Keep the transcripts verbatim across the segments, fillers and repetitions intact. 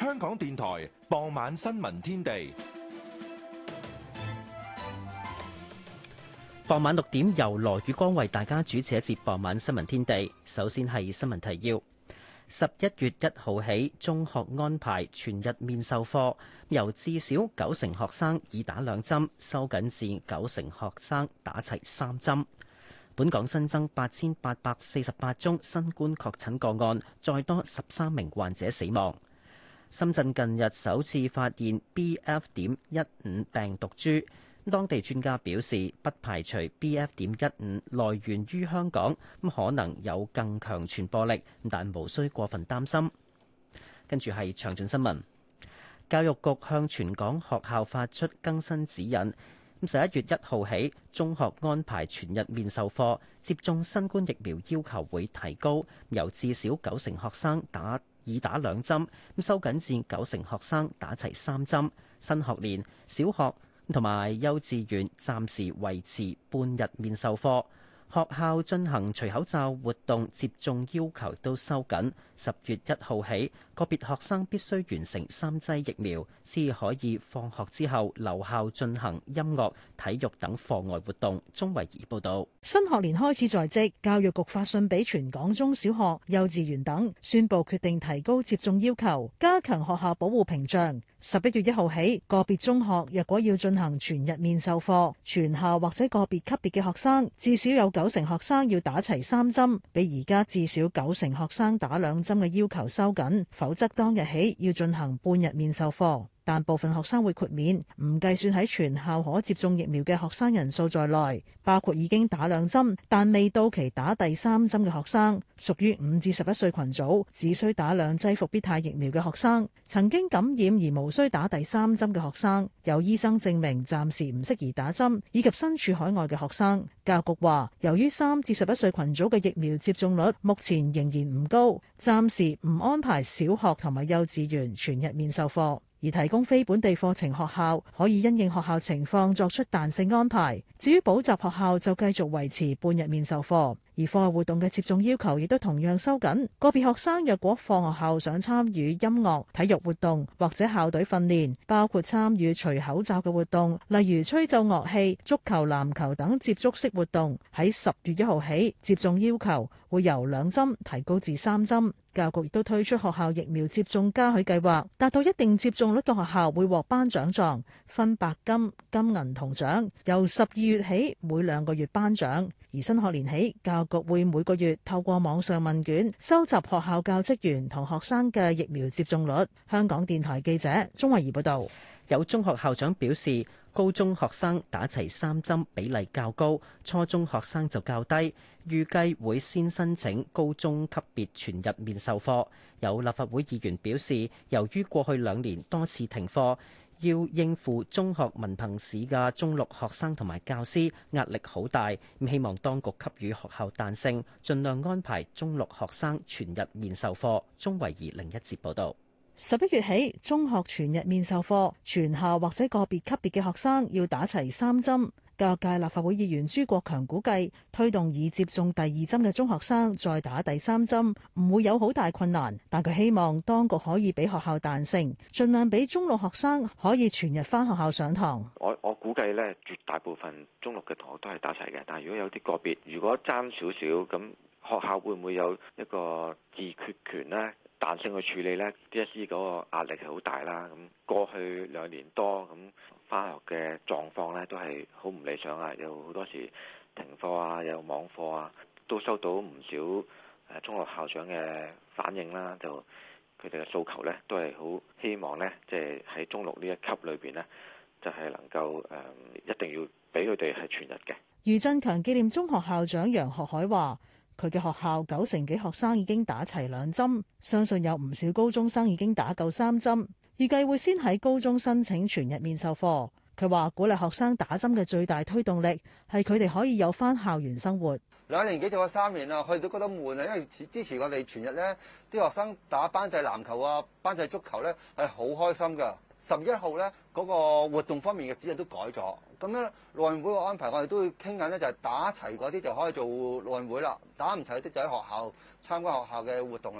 香港電台傍晚新聞天地。 傍晚六點由羅宇光為大家主持一節傍晚新聞天地。首先係新聞提要：十一月一號起，中學安排全日面授課，由至少九成學生已打兩針，收緊至九成學生打齊三針。本港新增八千八百四十八宗新冠確診個案，再多十三名患者死亡。深圳近日首次發現 B F 點一五病毒株，當地專家表示不排除 B F 點一五來源於香港，咁可能有更強傳播力，但無需過分擔心。跟住係詳盡新聞，教育局向全港學校發出更新指引。十一月一號起，中學安排全日面授課，接種新冠疫苗要求會提高，由至少九成學生打已打兩針，收緊至九成學生打齊三針。新學年，小學同埋幼稚園暫時維持半日面授課。學校進行除口罩活動接種要求都收緊。十月一號起，個別學生必須完成三劑疫苗，先可以放學之後留校進行音樂、體育等課外活動。鍾慧儀報導。 新學年開始在即，教育局發信俾全港中小學、幼稚園等，宣布決定提高接種要求，加強學校保護屏障。十一月一號起，個別中學若果要進行全日面授課，全校或者個別級別嘅學生至少有九成學生要打齊三針，比而家至少九成學生打兩針嘅要求收緊，否則當日起要進行半日面授課。但部分學生會豁免，唔計算喺全校可接種疫苗嘅學生人數在內，包括已經打兩針但未到期打第三針嘅學生，屬於五至十一歲群組，只需打兩劑復必泰疫苗嘅學生，曾經感染而無需打第三針嘅學生，有醫生證明暫時唔適宜打針，以及身處海外嘅學生。教育局話，由於三至十一歲群組嘅疫苗接種率目前仍然唔高，暫時唔安排小學同埋幼稚園全日面授課。而提供非本地課程學校可以因應學校情況作出彈性安排。至於補習學校就繼續維持半日面授課，而課外活動嘅接種要求亦都同樣收緊。個別學生若果放學後想參與音樂、體育活動或者校隊訓練，包括參與除口罩嘅活動，例如吹奏樂器、足球、籃球等接觸式活動，喺十月一號起接種要求會由兩針提高至三針。教育局亦都推出學校疫苗接種嘉許計劃，達到一定接種率嘅學校會獲頒獎狀，分白金、金銀銅獎，由十二月起每兩個月頒獎。而新學年起，教育局會每個月透過網上問卷收集學校教職員同學生嘅疫苗接種率。香港電台記者鍾慧儀報道。 有中學校長表示，高中學生打齊三針比例較高，初中學生就較低，預計會先申請高中級別全日面授課。有立法會議員表示，由於過去兩年多次停課，要應付中學文憑試嘅中六學生同埋教師壓力好大，咁希望當局給予學校彈性，盡量安排中六學生全日面授課。鍾慧儀另一節報導。 十一月起，中學全日面授課，全校或者個別級別嘅學生要打齊三針。教育界立法會議員朱國強估計，推動已接種第二針嘅中學生再打第三針，唔會有好大困難。但佢希望當局可以俾學校彈性，盡量俾中六學生可以全日返學校上堂。 我我估計咧，絕大部分中六嘅同學都係打齊嘅。但係如果有啲個別，如果爭少少，咁學校會唔會有一個自決權呢？彈性去處理呢 D S E 嗰個壓力係好大啦。咁過去兩年多咁返學嘅狀況呢都係好唔理想啊，有好多時停課啊，有網課啊，都收到唔少誒中學校長嘅反應啦。就佢哋嘅訴求呢都係好希望呢，即係喺中六呢一級裏邊呢，就係能夠誒一定要俾佢哋係全日嘅。 余振強紀念中學校長楊學海話，佢嘅學校九成幾學生已經打齊兩針，相信有唔少高中生已經打夠三針，預計會先喺高中申請全日面授課。佢話鼓勵學生打針嘅最大推動力係佢哋可以有返校園生活。 兩年幾做咗三年啦，佢哋都覺得悶啊，因為支持我哋全日呢啲學生打班際籃球啊、班際足球呢係好開心㗎。十月一號呢嗰個活動方面嘅指引都改咗，咁樣陸運會嘅安排我哋都會傾緊呢，就係打齊嗰啲就可以做陸運會啦，打唔齊嗰啲就喺學校參加學校嘅活動啦。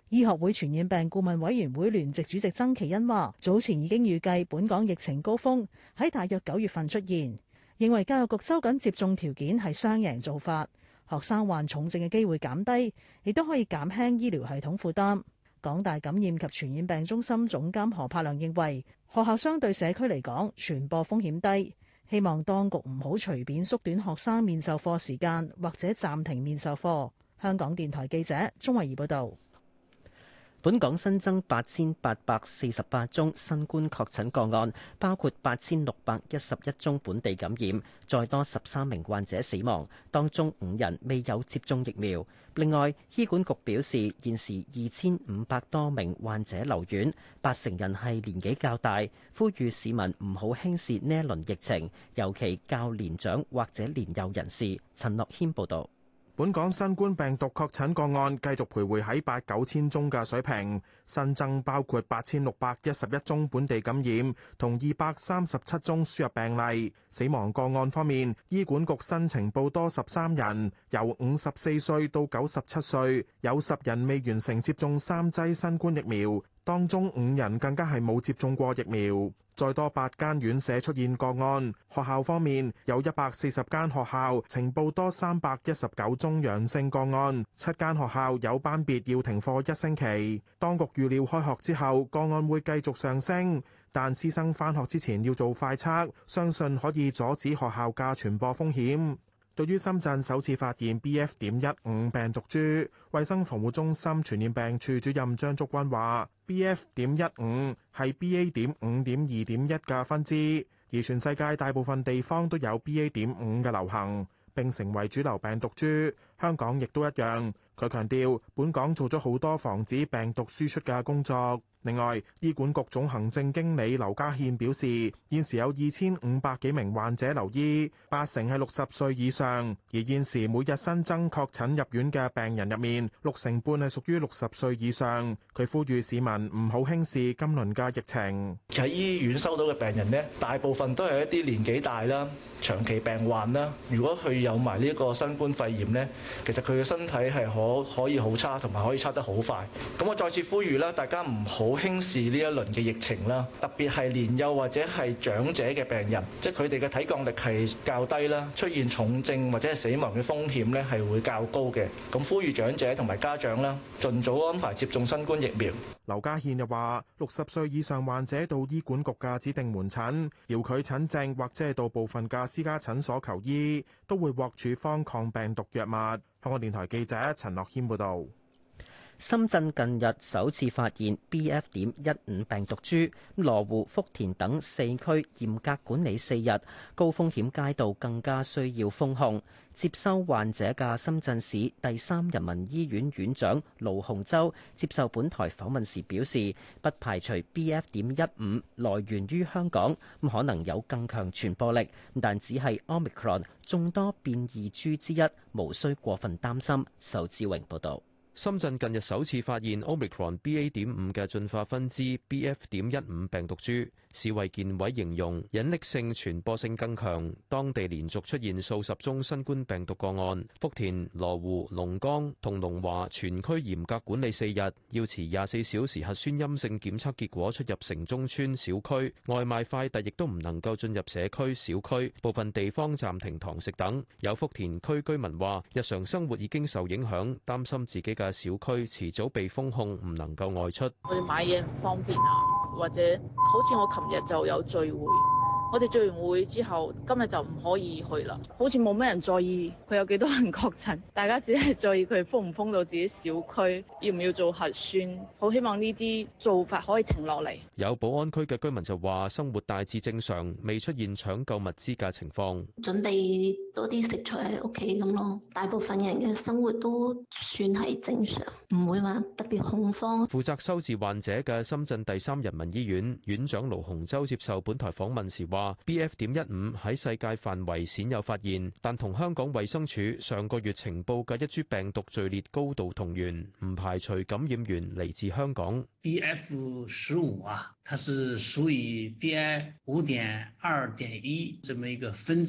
醫學會傳染病顧問委員會聯席主席曾其恩話：早前已經預計本港疫情高峰喺大約九月份出現，認為教育局收緊接種條件係雙贏做法，學生患重症嘅機會減低，亦都可以減輕醫療系統負擔。港大感染及傳染病中心總監何柏良認為，學校相對社區嚟講傳播風險低，希望當局唔好隨便縮短學生面授課時間或者暫停面授課。香港電台記者鍾慧儀報道。 本港新增八千八百四十八宗新冠確診個案，包括八千六百一十一宗本地感染，再多十三名患者死亡，當中五人未有接種疫苗。另外，醫管局表示，現時二千五百多名患者留院，八成人係年紀較大，呼籲市民唔好輕視呢一輪疫情，尤其較年長或者年幼人士。陳樂軒報導。 本港新冠病毒確診個案繼續徘徊喺八九千宗嘅水平，新增包括八千六百一十一宗本地感染，同二百三十七宗輸入病例。死亡個案方面，醫管局新呈報多十三人，由五十四歲到九十七歲，有十人未完成接種三劑新冠疫苗，當中五人更加係冇接種過疫苗。再多八間院舍出現個案，學校方面有一百四十間學校呈報多三百一十九宗陽性個案，七間學校有班別要停課一星期。當局預料開學之後個案會繼續上升，但師生返學之前要做快測，相信可以阻止學校嘅傳播風險。對於深圳首次發現 B F 點一五病毒株，衛生防護中心傳染病處主任張竹君話 ：B F 點一五係 B A 點五點二點一嘅分支，而全世界大部分地方都有 B A 點五嘅流行，並成為主流病毒株。香港亦都一樣。佢強調，本港做咗好多防止病毒輸出嘅工作。另外，醫管局總行政經理劉家憲表示，現時有二千五百幾名患者留醫，八成係六十歲以上。而現時每日新增確診入院嘅病人入面，六成半係屬於六十歲以上。佢呼籲市民唔好輕視今輪嘅疫情。 喺醫院收到嘅病人呢，大部分都係一啲年紀大啦、長期病患啦。如果佢有埋呢個新冠肺炎呢，其實佢嘅身體係可可以好差，同埋可以差得好快。咁我再次呼籲啦，大家唔好輕視呢一輪嘅疫情啦，特別係年幼或者係長者嘅病人，即係佢哋嘅體抗力係較低啦，出現重症或者係死亡嘅風險咧係會較高嘅。咁呼籲長者同埋家長啦，盡早安排接種新冠疫苗。 劉家憲又話：六十歲以上患者到醫管局嘅指定門診、遙距診症或者係到部分嘅私家診所求醫，都會獲處方抗病毒藥物。香港電台記者陳樂軒報導。 深圳近日首次發現 B F 點一五病毒株，羅湖、福田等四區嚴格管理四日，高風險街道更加需要封控。接收患者嘅深圳市第三人民醫院院長盧洪洲接受本台訪問時表示，不排除 B F 點一五來源於香港，咁可能有更強傳播力，但只係 Omicron 眾多變異株之一，無需過分擔心。仇志榮報導。 深圳近日首次發現 Omicron B A 點五嘅進化分支 B F 點一五病毒株，市衛健委形容隱匿性、傳播性更強。當地連續出現數十宗新冠病毒個案，福田、羅湖、龍崗同龍華全區嚴格管理四日，要持廿四小時核酸陰性檢測結果出入城中村小區，外賣快遞亦都唔能夠進入社區小區，部分地方暫停堂食等。有福田區居民話：日常生活已經受影響，擔心自己嘅小區遲早被封控，唔能夠外出。 我哋買嘢唔方便啊，或者好似我琴日就有聚會，我哋聚完會之後，今日就唔可以去啦。好似冇咩人在意佢有幾多人確診，大家只係在意佢封唔封到自己小區，要唔要做核酸。好希望呢啲做法可以停落嚟。 有寶安區嘅居民就話：生活大致正常，未出現搶購物資嘅情況。 準備多啲食材喺屋企咁咯，大部分人嘅生活都算係正常，唔會話特別恐慌。 負責收治患者嘅深圳第三人民醫院院長盧洪洲接受本台訪問時話：B F 點一五喺世界範圍鮮有發現，但同香港衛生署上個月呈報嘅一株病毒序列高度同源，唔排除感染源嚟自香港。 B F 十五啊，它是屬於 B I 五點二點一這麼一個分支。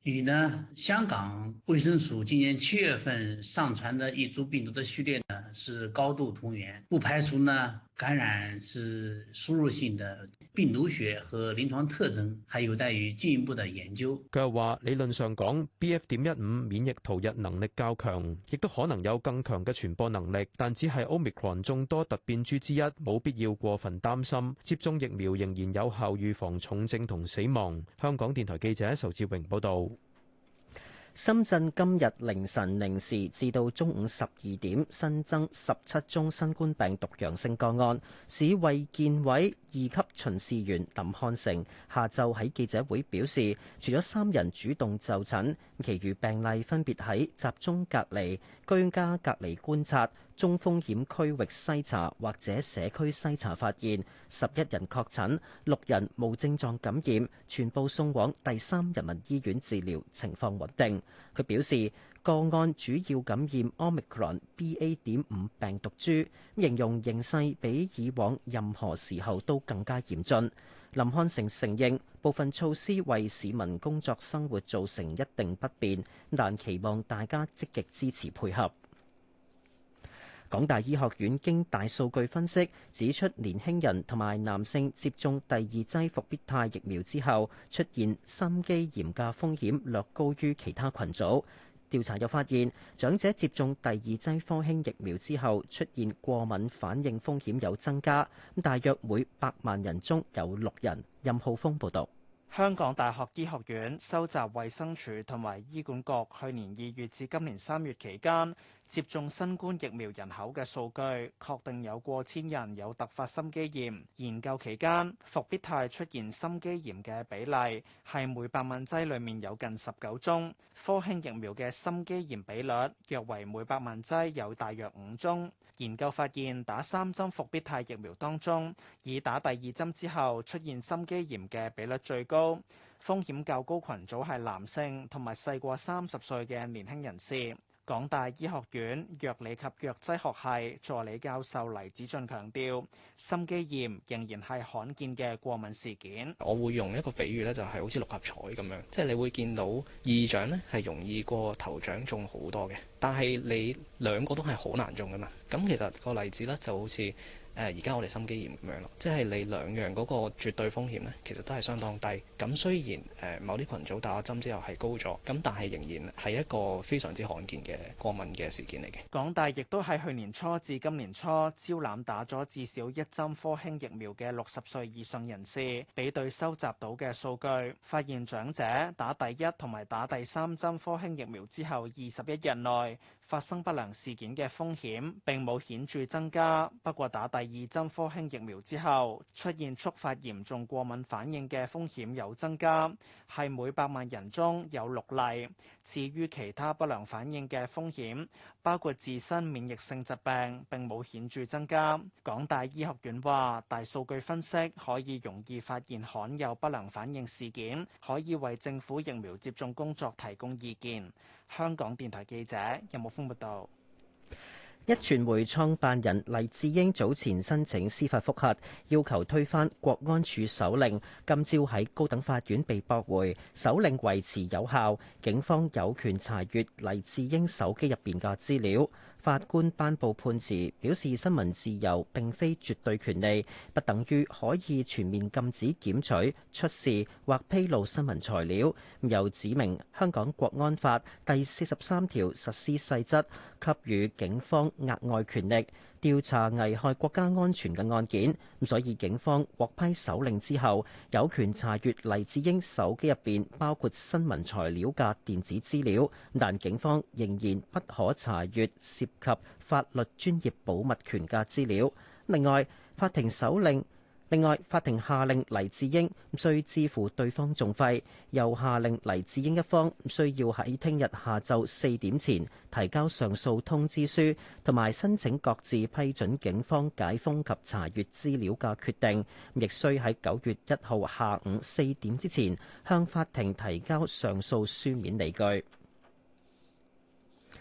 与呢香港卫生署今年七月份上传的一株病毒的序列呢是高度同源，不排除呢感染是输入性的病毒学和臨床特徵還有待於進一步的研究。 佢又話理論上講 B F 點一五免疫逃逸能力較強，亦都可能有更強嘅傳播能力，但只係 Omicron 眾多突變株之一，冇必要過分擔心。接種疫苗仍然有效預防重症同死亡。香港電台記者仇志榮報導。 深圳今日凌晨零時至到中午十二點新增十七宗新冠病毒陽性個案。市衛健委二級巡視員林漢成下晝喺記者會表示，除咗三人主動就診，其餘病例分別喺集中隔離、居家隔離觀察、中風險區域篩查或者社區篩查發現，十一人確診，六人無症狀感染，全部送往第三人民醫院治療，情況穩定。佢表示，個案主要感染 Omicron B A 點五病毒株，形容形勢比以往任何時候都更加嚴峻。林漢成承認部分措施為市民工作生活造成一定不便，但期望大家積極支持配合。港大醫學院經大數據分析指出，年輕人同埋男性接種第二劑復必泰疫苗之後，出現心肌炎嘅風險略高於其他群組。調查又發現，長者接種第二劑科興疫苗之後，出現過敏反應風險有增加，大約每百萬人中有六人。任浩峰報導。 香港大學醫學院收集衛生署同埋醫管局去年二月至今年三月期間接種新冠疫苗人口嘅數據，確定有過千人有突發心肌炎。研究期間，復必泰出現心肌炎嘅比例係每百萬劑裡面有近十九宗，科興疫苗嘅心肌炎比率約為每百萬劑有大約五宗。研究發現，打三針復必泰疫苗當中，以打第二針之後出現心肌炎嘅比率最高，風險較高群組係男性同埋細過三十歲嘅年輕人士。港大醫學院藥理及藥劑學系助理教授黎子俊強調，心肌炎仍然係罕見嘅過敏事件。 我會用一個比喻咧，就係好似六合彩咁樣，即係你會見到二獎咧係容易過頭獎中好多嘅，但係你兩個都係好難中㗎嘛。咁其實個例子咧就好似誒而家我哋心肌炎咁樣咯，即係你兩樣嗰個絕對風險咧，其實都係相當低。咁雖然誒、呃、某啲群組打咗針之後係高咗，咁但係仍然係一個非常之罕見嘅過敏嘅事件嚟嘅。 港大亦都喺去年初至今年初招攬打咗至少一針科興疫苗嘅六十歲以上人士，比對收集到嘅數據，發現長者打第一同埋打第三針科興疫苗之後二十一日內發生不良事件嘅風險並冇顯著增加，不過打第二針科興疫苗之後出現觸發嚴重過敏反應嘅風險有增加，係每百萬人中有六例。至於其他不良反應嘅風險，包括自身免疫性疾病，並冇顯著增加。港大醫學院話，大數據分析可以容易發現罕有不良反應事件，可以為政府疫苗接種工作提供意見。香港電台記者任木峰報道。 壹傳媒創辦人黎智英早前申請司法覆核，要求推翻國安處手令，今朝喺高等法院被駁回，手令維持有效，警方有權查閱黎智英手機入邊嘅資料。法官頒布判詞，表示新聞自由並非絕對權利，不等於可以全面禁止檢取、出示或披露新聞材料。又指明香港國安法第四十三條實施細則，給予警方額外權力調查危害國家安全嘅案件。所以警方獲批手令之後，有權查閱黎智英手機入邊包括新聞材料嘅電子資料，但警方仍然不可查閱涉及法律專業保密權嘅資料。另外，法庭手令另外法庭下令黎智英需支付對方訟費，又下令黎智英一方需要喺聽日下晝四點前提交上訴通知書，同埋申請各自批准警方解封及查閱資料嘅決定，亦需喺九月一號下午四點之前向法庭提交上訴書面理據。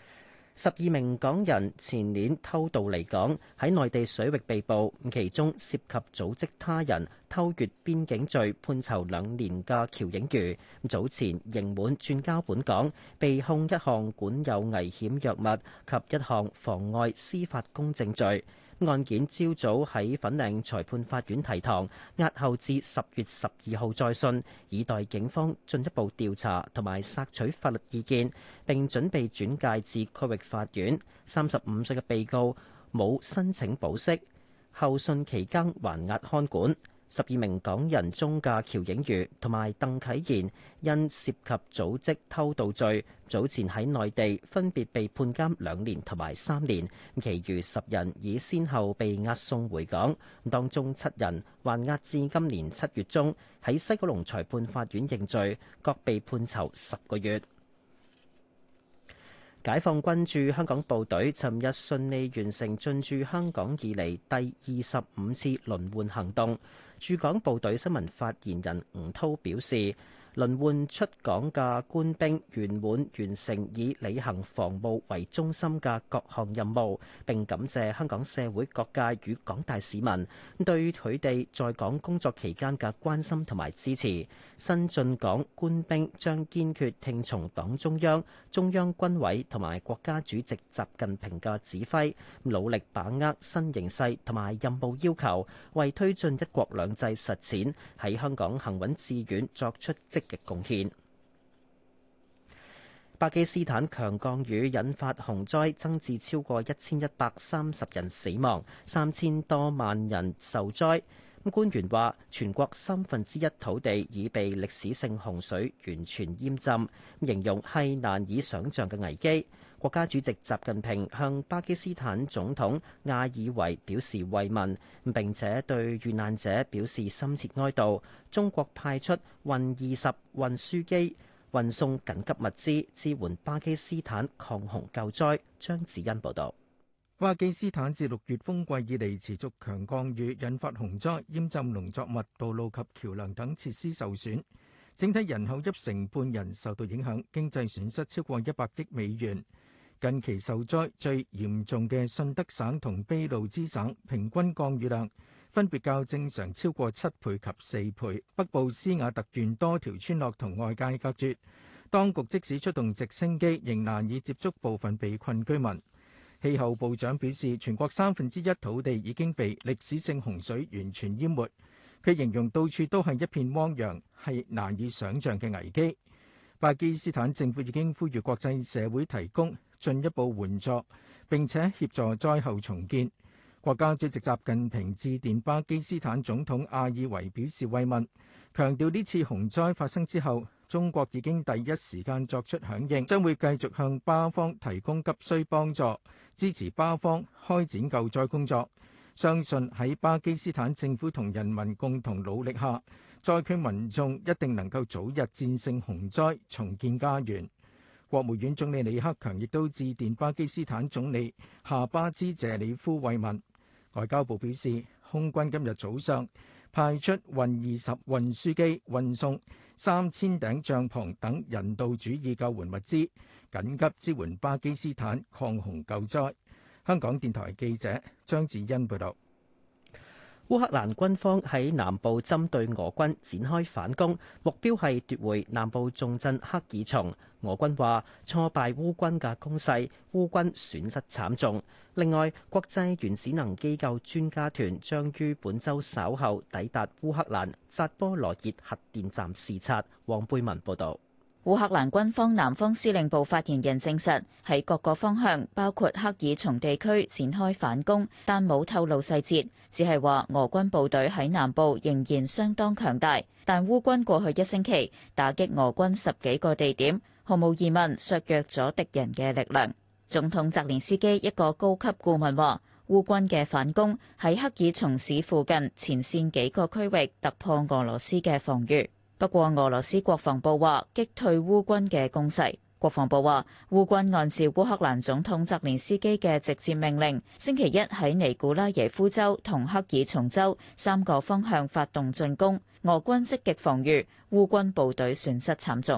十二名港人前年偷渡離港，喺內地水域被捕，其中涉及組織他人偷越邊境罪判囚兩年嘅喬映瑜，早前刑滿轉交本港，被控一項管有危險藥物及一項妨礙司法公正罪。案件朝早喺粉嶺裁判法院提堂，押後至十月十二號再訊，以待警方進一步調查同埋索取法律意見，並準備轉介至區域法院。三十五歲嘅被告冇申請保釋，候訊期間還押看管。十二名港人中嘅喬映瑜同埋鄧啟賢因涉及組織偷渡罪，早前喺內地分別被判監兩年同埋三年，其餘十人已先後被押送回港，當中七人還押至今年七月中喺西九龍裁判法院認罪，各被判囚十個月。解放軍駐香港部隊尋日順利完成進駐香港以嚟第二十五次輪換行動。駐港部隊新聞發言人吳濤表示，輪換出港嘅官兵圓滿完成以履行防務為中心嘅各項任務，並感謝香港社會各界與廣大市民對佢哋在港工作期間嘅關心同埋支持。新進港官兵將堅決聽從黨中央、中央軍委同埋國家主席習近平嘅指揮，努力把握新形勢同埋任務要求，為推進一國兩制實踐喺香港行穩致遠作出積極貢獻。巴基斯坦強降雨引發洪災，增至超過一千一百三十人死亡，三千多萬人受災。官員話，全國三分之一土地已被歷史性洪水完全淹浸，形容係難以想像嘅危機。國家主席習近平向巴基斯坦總統亞爾維表示慰問，並且對遇難者表示深切哀悼。中國派出運二十運輸機運送緊急物資，支援巴基斯坦抗洪救災。張子欣報導。 巴基斯坦自六月風季以嚟持續強降雨，引發洪災，淹浸農作物、道路及橋梁等設施受損，整體人口一成半人受到影響，經濟損失超過一百億美元。近期受災最嚴重嘅順德省同卑路支省，平均降雨量分別較正常超過七倍及四倍。北部斯瓦特縣多條村落同外界隔絕，當局即使出動直升機，仍難以接觸部分被困居民。氣候部長表示，全國三分之一土地已經被歷史性洪水完全淹沒。佢形容到處都係一片汪洋，係難以想像嘅危機。巴基斯坦政府已經呼籲國際社會提供進一步援助，並且協助災後重建。國家主席習近平致電巴基斯坦總統阿爾維表示慰問，強調呢次洪災發生之後，中國已經第一時間作出響應，將會繼續向巴方提供急需幫助，支持巴方開展救災工作。相信喺巴基斯坦政府同人民共同努力下，災區民眾一定能夠早日戰勝洪災，重建家園。國務院總理李克強亦都致電巴基斯坦總理夏巴茲謝里夫慰問。外交部表示，空軍今日早上派出運二十運輸機運送三千頂帳篷等人道主義救援物資，緊急支援巴基斯坦抗洪救災。香港電台記者張子欣報道。 烏克蘭軍方喺南部針對俄軍展開反攻，目標係奪回南部重鎮克爾松。俄軍話挫敗烏軍嘅攻勢，烏軍損失慘重。另外，國際原子能機構專家團將於本週稍後抵達烏克蘭扎波羅熱核電站視察。黃貝文報導。 烏克蘭軍方南方司令部發言人證實，喺各個方向，包括克爾松地區展開反攻，但冇透露細節，只係話俄軍部隊喺南部仍然相當強大。但烏軍過去一星期打擊俄軍十幾個地點，毫無疑問削弱咗敵人嘅力量。總統澤連斯基一個高級顧問話，烏軍嘅反攻喺克爾松市附近前線幾個區域突破俄羅斯嘅防禦。不過，俄羅斯國防部話擊退烏軍嘅攻勢。國防部話，烏軍按照烏克蘭總統澤連斯基嘅直接命令，星期一喺尼古拉耶夫州同克爾松州三個方向發動進攻，俄軍積極防禦，烏軍部隊損失慘重。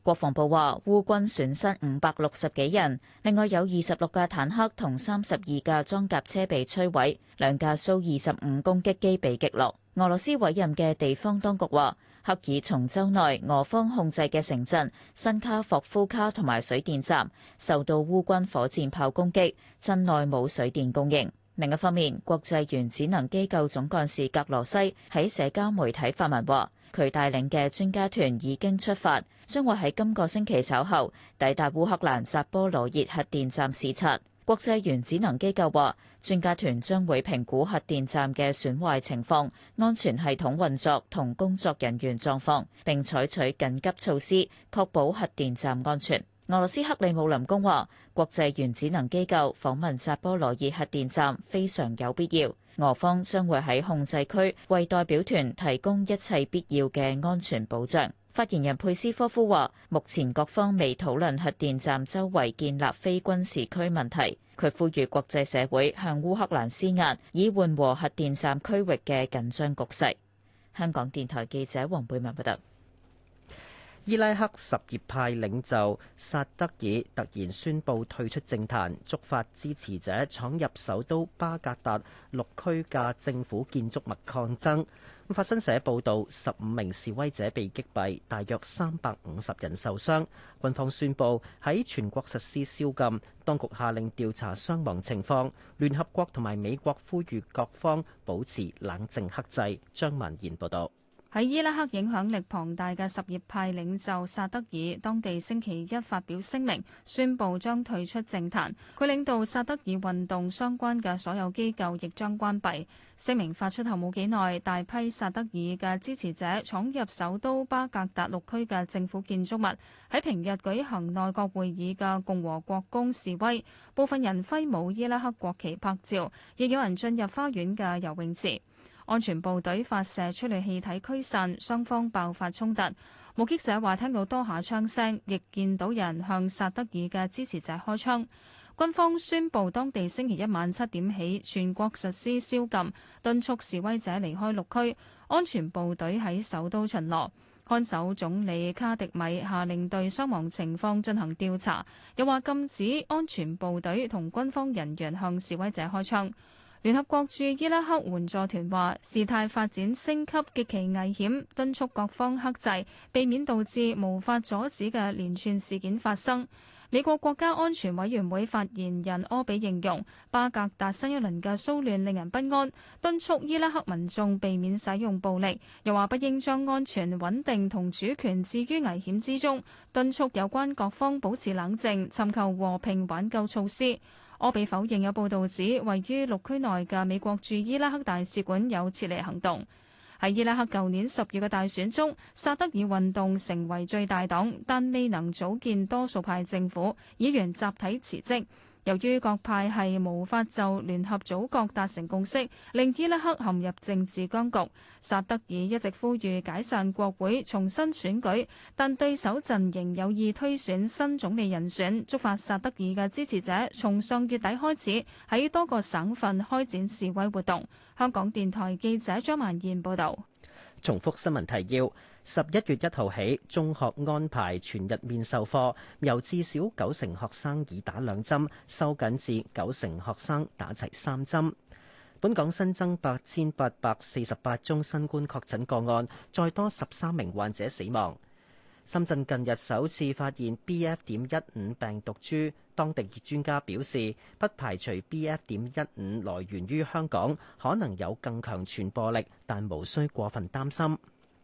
國防部話，烏軍損失五百六十幾人，另外有二十六架坦克同三十二架裝甲車被摧毀，兩架蘇二十五攻擊機被擊落。俄羅斯委任嘅地方當局話，克爾松州內俄方控制嘅城鎮新卡霍夫卡同埋水電站受到烏軍火箭炮攻擊，鎮內冇水電供應。另一方面，國際原子能機構總幹事格羅西喺社交媒體發文話，佢帶領嘅專家團已經出發，將會喺今個星期稍後抵達烏克蘭扎波羅熱核電站視察。國際原子能機構話，專家團將會評估核電站嘅損壞情況、安全系統運作同工作人員狀況，並採取緊急措施，確保核電站安全。俄羅斯克里姆林宮話，國際原子能機構訪問扎波羅熱核電站非常有必要，俄方將會喺控制區為代表團提供一切必要嘅安全保障。發言人佩斯科夫話，目前各方未討論核電站周圍建立非軍事區問題。佢呼籲國際社會向烏克蘭施壓，以緩和核電站區域嘅緊張局勢。香港電台記者黃貝文報道。 伊拉克什葉派領袖薩德爾突然宣布退出政壇，觸發支持者闖入首都巴格達六區嘅政府建築物抗爭。法新社報道，十五名示威者被擊斃，大約三百五十人受傷。軍方宣布喺全國實施宵禁，當局下令調查傷亡情況。聯合國同埋美國呼籲各方保持冷靜克制。張文賢報道。 喺伊拉克影響力龐大嘅什葉派領袖薩德爾，當地星期一發表聲明，宣布將退出政壇。佢領導薩德爾運動相關嘅所有機構亦將關閉。聲明發出後冇幾耐，大批薩德爾嘅支持者闖入首都巴格達六區嘅政府建築物，喺平日舉行內閣會議嘅共和國宮示威，部分人揮舞伊拉克國旗拍照，亦有人進入花園嘅游泳池。安全部隊發射催淚氣體驅散，雙方爆發衝突。目擊者話聽到多下槍聲，亦見到人向薩德爾嘅支持者開槍。軍方宣布當地星期一晚七點起全國實施宵禁，敦促示威者離開六區。安全部隊喺首都巡邏。看守總理卡迪米下令對傷亡情況進行調查，又話禁止安全部隊同軍方人員向示威者開槍。聯合國駐伊拉克援助團話，事態發展升級極其危險，敦促各方克制，避免導致無法阻止嘅連串事件發生。美國國家安全委員會發言人柯比形容巴格達新一輪嘅騷亂令人不安，敦促伊拉克民眾避免使用暴力，又話不應將安全、穩定同主權置於危險之中，敦促有關各方保持冷靜，尋求和平挽救措施。柯比否認有報道指位於六區內嘅美國駐伊拉克大使館有撤離行動。喺伊拉克舊年十月嘅大選中，薩德爾運動成為最大黨，但未能組建多數派政府，議員集體辭職。由於各派係無法就聯合組閣達成共識，令伊拉克陷入政治僵局。薩德爾一直呼籲解散國會、重新選舉，但對手陣營有意推選新總理人選，觸發薩德爾嘅支持者從上月底開始喺多個省份開展示威活動。香港電台記者張曼燕報導。 重複新聞提要：十一月一號起，中學安排全日面授課，由至少九成學生已打兩針，收緊至九成學生打齊三針。本港新增八千八百四十八宗新冠確診個案，再多十三名患者死亡。深圳近日首次發現 B F 點一五病毒株，當地專家表示，不排除 B F 點一五來源於香港，可能有更強傳播力，但無需過分擔心。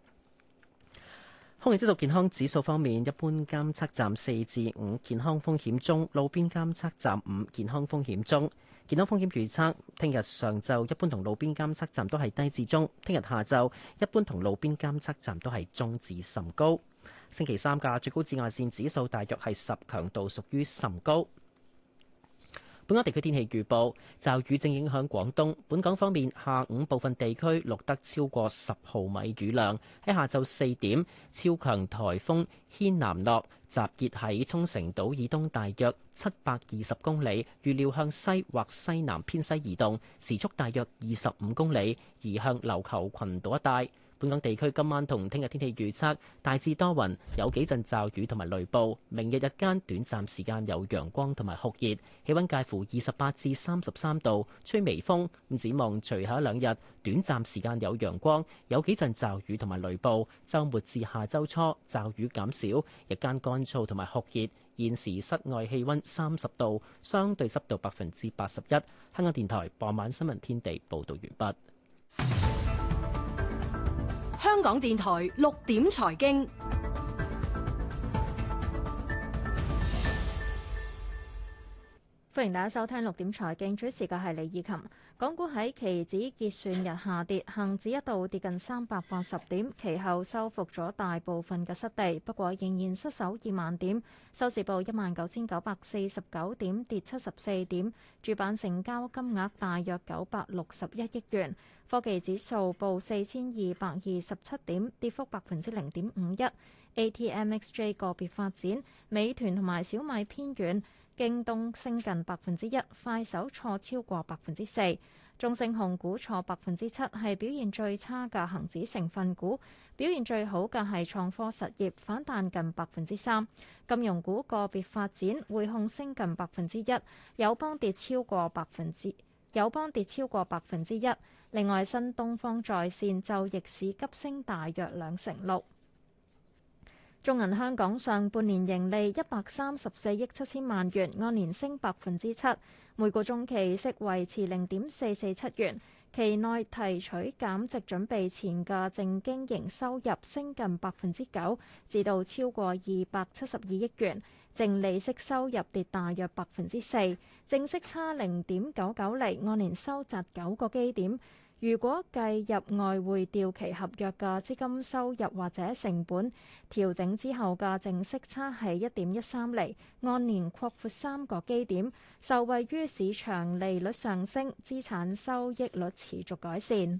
空氣質素健康指數方面，一般監測站四至五，健康風險中；路邊監測站五，健康風險中。健康風險預測，聽日上晝一般同路邊監測站都係低至中，聽日下晝一般同路邊監測站都係中至甚高。星期三嘅最高紫外線指數大約係十，強度屬於甚高。本港地區天氣預報，驟雨正影響廣東。本港方面，下午部分地區錄得超過十毫米雨量。喺下晝四點，超強颱風軒嵐諾集結喺沖繩島以東大約七百二十公里，預料向西或西南偏西移動，時速大約二十五公里，移向琉球群島一帶。 本港地區今晚同聽日天氣預測大致多雲，有幾陣驟雨同埋雷暴。明日日間短暫時間有陽光同埋酷熱，氣温介乎二十八至三十三度，吹微風。展望隨後一兩日，短暫時間有陽光，有幾陣驟雨同埋雷暴。週末至下週初驟雨減少，日間乾燥同埋酷熱。現時室外氣温三十度，相對濕度百分之八十一。香港電台傍晚新聞天地報導完畢。 香港電台六點財經， 歡迎大家收聽六點財經，主持嘅係李以琴。港股喺期指結算日下跌，恒指一度跌近三百八十點，其後收復咗大部分嘅失地，不過仍然失守二萬點，收市報一萬九千九百四十九點，跌七十四點，主板成交金額大約九百六十一億元。科技指數報四千二百二十七點，跌幅百分之零點五一。A T M X J 個別發展，美團同埋小米偏軟。京東升近百分之一，快手挫超過百分之四，中盛控股挫百分之七，係表現最差嘅恒指成分股。表現最好嘅係創科實業，反彈近百分之三。金融股個別發展，匯控升近百分之一，友邦跌超過百分之友邦跌超過百分之一。另外，新東方在線就逆市急升大約兩成六。中銀香港上半年盈利一百三十四億七千萬元，按年升百分之七，每個中期息維持零點四四七元。期內提取減值準備前嘅淨經營收入升近百分之九，至到超過二百七十二億元。淨利息收入跌大約百分之四，淨息差零點九九厘，按年收窄九個基點。如果計入外匯掉期合約嘅資金收入或者成本調整之後嘅淨息差係一點一三厘，按年擴闊三個基點，受惠於市場利率上升，資產收益率持續改善。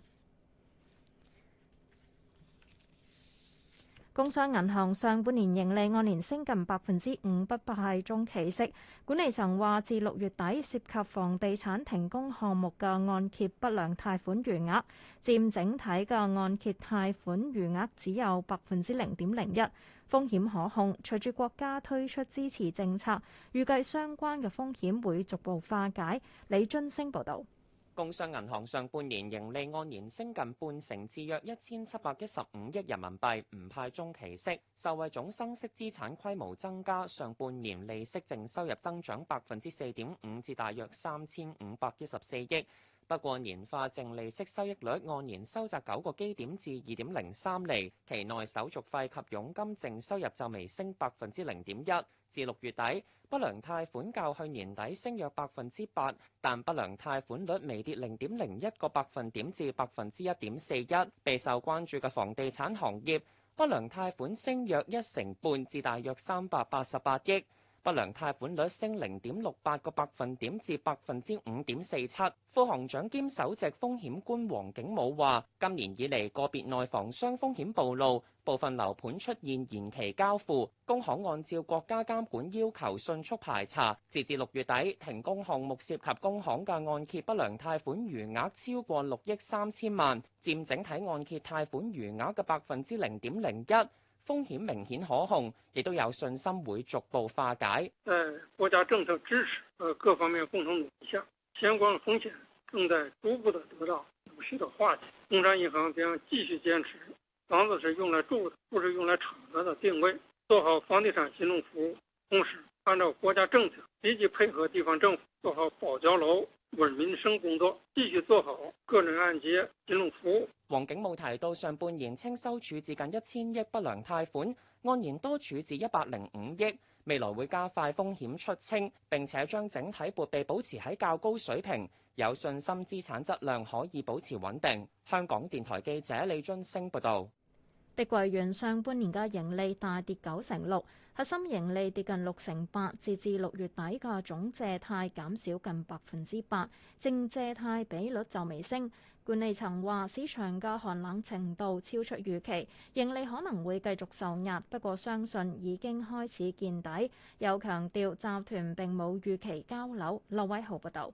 工商銀行上半年盈利按年升近百分之五，不派中期息。管理層話，至六月底涉及房地產停工項目嘅按揭不良貸款餘額佔整體嘅按揭貸款餘額只有百分之零點零一，風險可控。隨住國家推出支持政策，預計相關嘅風險會逐步化解。李津升報導。 工商銀行上半年盈利按年升近半成，至約一千七百一十五億人民幣，唔派中期息，受惠總生息資產規模增加，上半年利息淨收入增長百分之四點五，至大約三千五百一十四億。不過年化淨利息收益率按年收窄九個基點至二點零三厘，期內手續費及佣金淨收入就微升百分之零點一。至六月底，不良貸款較去年底升約百分之八，但不良貸款率微跌零點零一個百分點至百分之一點四一。備受關注嘅房地產行業，不良貸款升約一成半至大約三百八十八億。不良貸款率升零點六八個百分點至百分之五點四七。副行長兼首席風險官黃景武話：今年以嚟個別內房商風險暴露，部分樓盤出現延期交付，工行按照國家監管要求迅速排查。截至六月底，停工項目涉及工行嘅按揭不良貸款餘額超過六億三千萬，佔整體按揭貸款餘額嘅百分之零點零一。風險明顯可控，亦都有信心會逐步化解。 在國家政策支持和各方面共同努力下，相關風險正在逐步的得到有序的化解。工商銀行將繼續堅持房子是用來住的，不是用來炒的的定位，做好房地產金融服務，同時按照國家政策積極配合地方政府做好保交樓、穩民生工作，繼續做好個人按揭金融服務。 黃景武提到，上半年清收處置近一千億不良貸款，按年多處置一百零五億，未來會加快風險出清，並且將整體撥備保持喺較高水平，有信心資產質量可以保持穩定。香港電台記者李津升報道。 碧桂園上半年嘅盈利大跌九成六，核心盈利跌近六成八，截至六月底嘅總借貸減少近百分之八，淨借貸比率就微升。管理層話市場嘅寒冷程度超出預期，盈利可能會繼續受壓，不過相信已經開始見底。又強調集團並冇預期交樓。劉偉豪報導。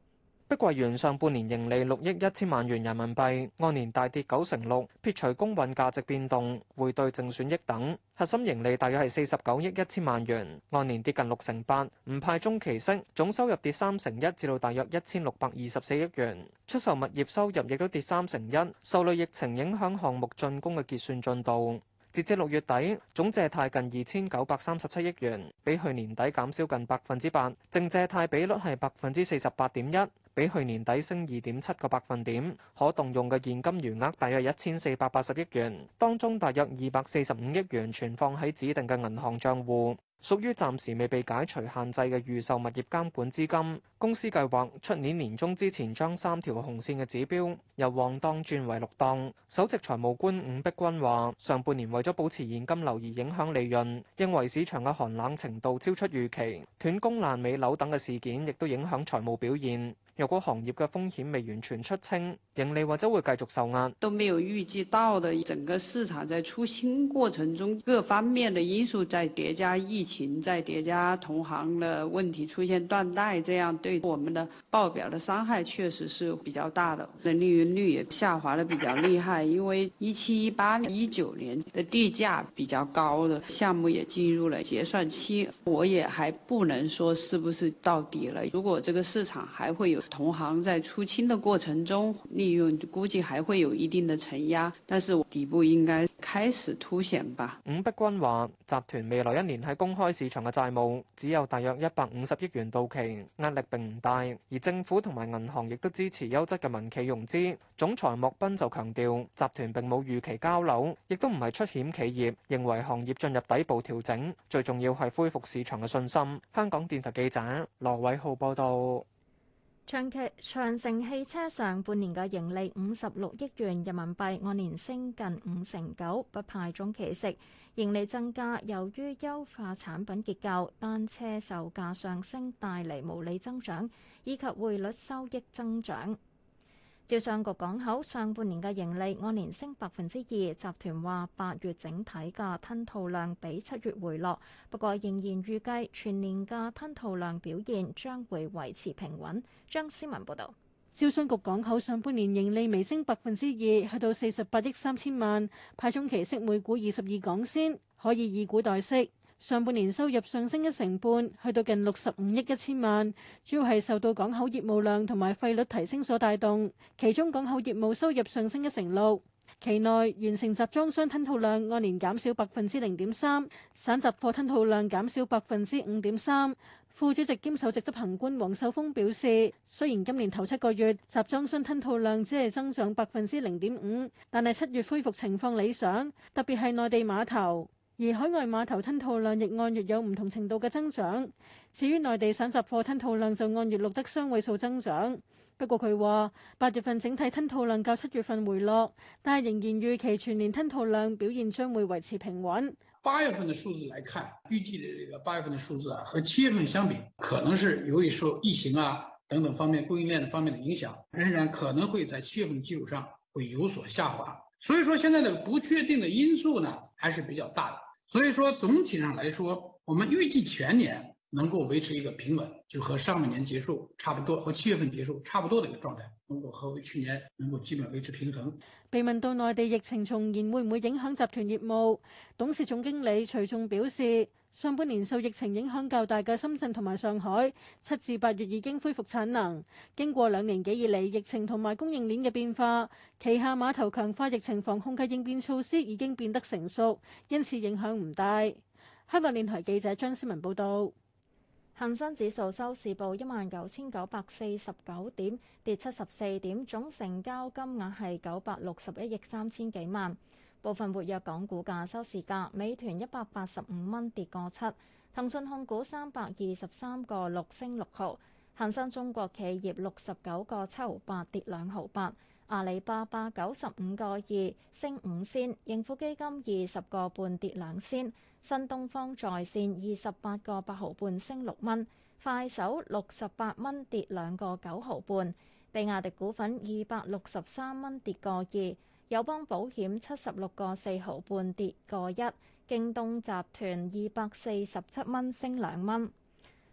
碧桂園上半年盈利六億一千萬元人民幣，按年大跌九成六，撇除公允價值變動、匯兌淨損益等，核心盈利大約係四十九億一千萬元，按年跌近六成八，唔派中期息，總收入跌三成一，至到大約一千六百二十四億元。出售物業收入亦都跌三成一，受累疫情影響項目進攻嘅結算進度。截至六月底，總借貸近二千九百三十七億元，比去年底減少近百分之八，淨借貸比率係百分之四十八點一，比去年底升二點七個百分點。可動用嘅現金餘額大約一千四百八十億元，當中大約二百四十五億元存放喺指定嘅銀行帳戶，屬於暫時未被解除限制嘅預售物業監管資金。公司計劃出年年中之前將三條紅線嘅指標由黃檔轉為綠檔。首席財務官伍碧君話：上半年為咗保持現金流而影響利潤，認為市場嘅寒冷程度超出預期，斷供爛尾樓等嘅事件亦都影響財務表現。若果行業嘅風險未完全出清，盈利或者會繼續受壓。 都沒有預計到的，整個市場在出清過程中，各方面的因素在疊加，疫情在疊加，同行的問題出現斷貸，這樣對我們的報表的傷害確實是比較大的。利潤率也下滑得比較厲害，因為一七一八一九年的地價比較高的項目也進入了結算期，我也還不能說是不是到底了。如果這個市場還會有同行在出清的過程中，利潤估計還會有一定的承壓，但是底部應該開始凸顯吧。 伍碧君話：集團未來一年喺公開市場嘅債務只有大約一百五十億元到期，壓力並唔大。而政府同埋銀行亦都支持優質嘅民企融資。總裁莫斌就強調，集團並冇預期交樓，亦都唔係出險企業，認為行業進入底部調整，最重要係恢復市場嘅信心。香港電台記者羅偉浩報道。 長期長城汽車上半年嘅盈利五十六億元人民幣，按年升近五成九，不派中期息。盈利增加，由於優化產品結構、單車售價上升帶嚟毛利增長，以及匯率收益增長。招商局港口上半年嘅盈利按年升百分之二，集團話八月整體嘅吞吐量比七月回落，不過仍然預計全年嘅吞吐量表現將會維持平穩。張思文報導。 招商局港口上半年盈利微升百分之二，去到四十八億三千萬，派中期息每股二十二港仙，可以以股代息。上半年收入上升一成半，去到近六十五億一千萬，主要係受到港口業務量同埋費率提升所帶動。其中港口業務收入上升一成六，期內完成集裝箱吞吐量按年減少百分之零點三，散雜貨吞吐量減少百分之五點三。副主席兼首席執行官黃秀峰表示，雖然今年頭七個月集裝箱吞吐量只係增長百分之零點五，但係七月恢復情況理想，特別係內地碼頭。而海外碼頭吞吐量亦按月有唔同程度嘅增長，至於內地散雜貨吞吐量就按月錄得雙位數增長。不過佢話，八月份整體吞吐量較七月份回落，但係仍然預期全年吞吐量表現將會維持平穩。 八月份的數字來看，預計的這個八月份的數字啊，和七月份相比，可能是由於受疫情啊等等方面供應鏈的方面的影響，仍然可能會在七月份的基礎上會有所下滑。所以說，現在的不確定的因素呢，還是比較大的。所以說，總體上來說，我們預計全年能夠維持一個平穩，就和上半年結束差不多，和七月份結束差不多的一個狀態，能夠和去年能夠基本維持平衡。 被問到內地疫情重現會唔會影響集團業務，董事總經理徐仲表示，上半年受疫情影響較大嘅深圳同埋上海，七至八月已經恢復產能。經過兩年幾以嚟疫情同埋供應鏈嘅變化，旗下碼頭強化疫情防控嘅應變措施已經變得成熟，因此影響唔大。香港電台記者張思文報道。 恒生指數收市報一萬九千九百四十九點，跌七十四點，總成交金額係九百六十一億三千幾萬。部分活躍港股價收市價：美團一百八十五蚊跌個七，騰訊控股三百二十三個六升六毫，恒生中國企業六十九個七毫八跌兩毫八，阿里巴巴九十五個二升五仙，盈富基金二十個半跌兩仙。新東方在線二十八個八毫半升六蚊，快手六十八蚊跌兩個九毫半，比亞迪股份二百六十三蚊跌個二，友邦保險七十六個四毫半跌個一，京東集團二百四十七蚊升兩蚊。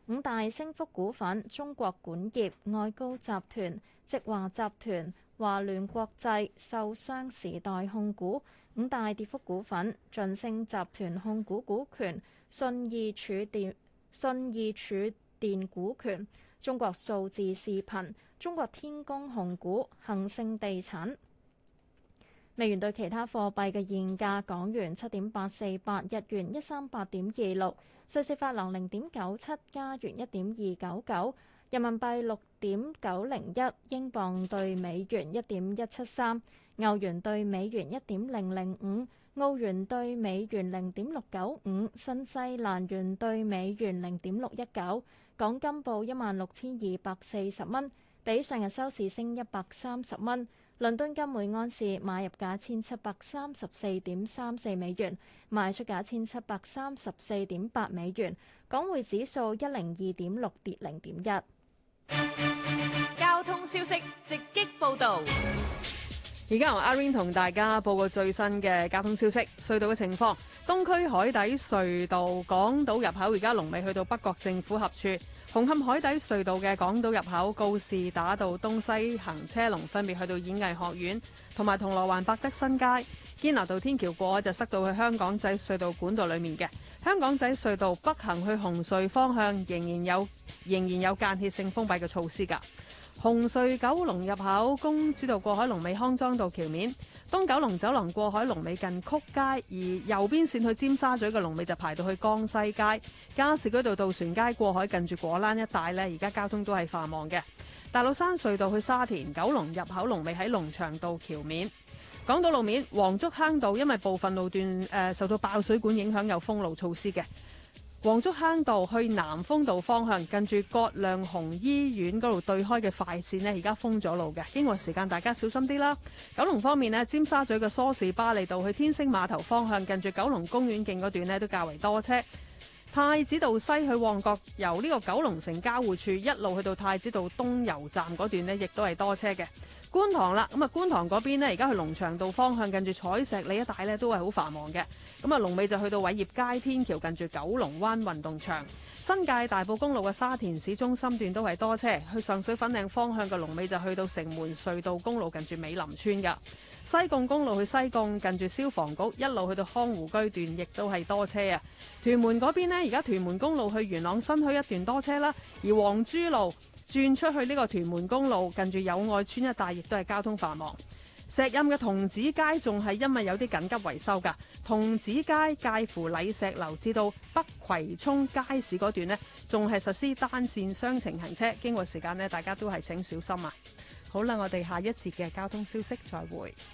五大升幅股份：中國管業、愛高集團、積華集團、華聯國際、受商時代控股。五大跌幅股份：晉升集團控股股權、信義儲電、信義儲電股權、中國數字視頻、中國天工控股、恒盛地產。美元對其他貨幣嘅現價：港元七點八四八，日元一三八點二六，瑞士法郎零點九七，加元一點二九九，人民幣六點九零一，英鎊對美元一點一七三，歐元對美元一點零零五，澳元對美元零點六九五，新西蘭元對美元零點六一九。港金報一萬六千二百四十蚊，比上日收市升一百三十蚊。倫敦金每安士買入價一千七百三十四點三四美元，賣出價一千七百三十四點八美元。港匯指數一零二點六，跌零點一。 交通消息直擊報導。而家由阿 Rain 同大家報告最新嘅交通消息。隧道嘅情況：東區海底隧道港島入口而家龍尾去到北角政府合署；紅磡海底隧道嘅港島入口告士打道東西行車龍分別去到演藝學院同埋銅鑼灣百德新街；堅拿道天橋過海就塞到去香港仔隧道管道裡面嘅。香港仔隧道北行去紅隧方向仍然有仍然有間歇性封閉嘅措施㗎。紅隧九龍入口公主道過海龍尾康莊道橋面，東九龍走廊過海龍尾近曲街，而右邊線去尖沙咀嘅龍尾就排到去江西街。加士居道渡船街過海近住果欄一帶呢，而家交通都係繁忙嘅。大老山隧道去沙田九龍入口龍尾喺龍翔道橋面。港島路面，黃竹坑道因為部分路段誒、呃、受到爆水管影響，有封路措施嘅。黃竹坑道去南豐道方向，近住葛量洪醫院嗰度對開嘅快線呢，而家封咗路嘅，經過時間大家小心啲啦。九龍方面呢，尖沙咀嘅梳士巴利道去天星碼頭方向，近住九龍公園徑嗰段呢，都較為多車。太子道西去旺角，由呢個九龍城交匯處一路去到太子道東油站嗰段呢，亦都係多車嘅。觀塘啦，咁啊觀塘嗰邊呢，而家去龍翔道方向，近住彩石里一帶呢，都係好繁忙嘅。咁啊龍尾就去到偉業街天橋，近住九龍灣運動場。新界大埔公路嘅沙田市中心段都係多車，去上水粉嶺方向嘅龍尾就去到城門隧道公路，近住美林村噶。西貢公路去西貢，近住消防局一路去到康湖居段，亦都係多車啊。屯門嗰邊呢，而家屯門公路去元朗新墟一段多車啦，而黃珠路轉出去呢個屯門公路，近住友愛村一帶，亦都係交通繁忙。石蔭嘅童子街仲係因為有啲緊急維修㗎，童子街介乎禮石樓至到北葵涌街市嗰段呢，仲係實施單線雙程行車，經過時間呢，大家都係請小心啊！好啦，我哋下一節嘅交通消息再會。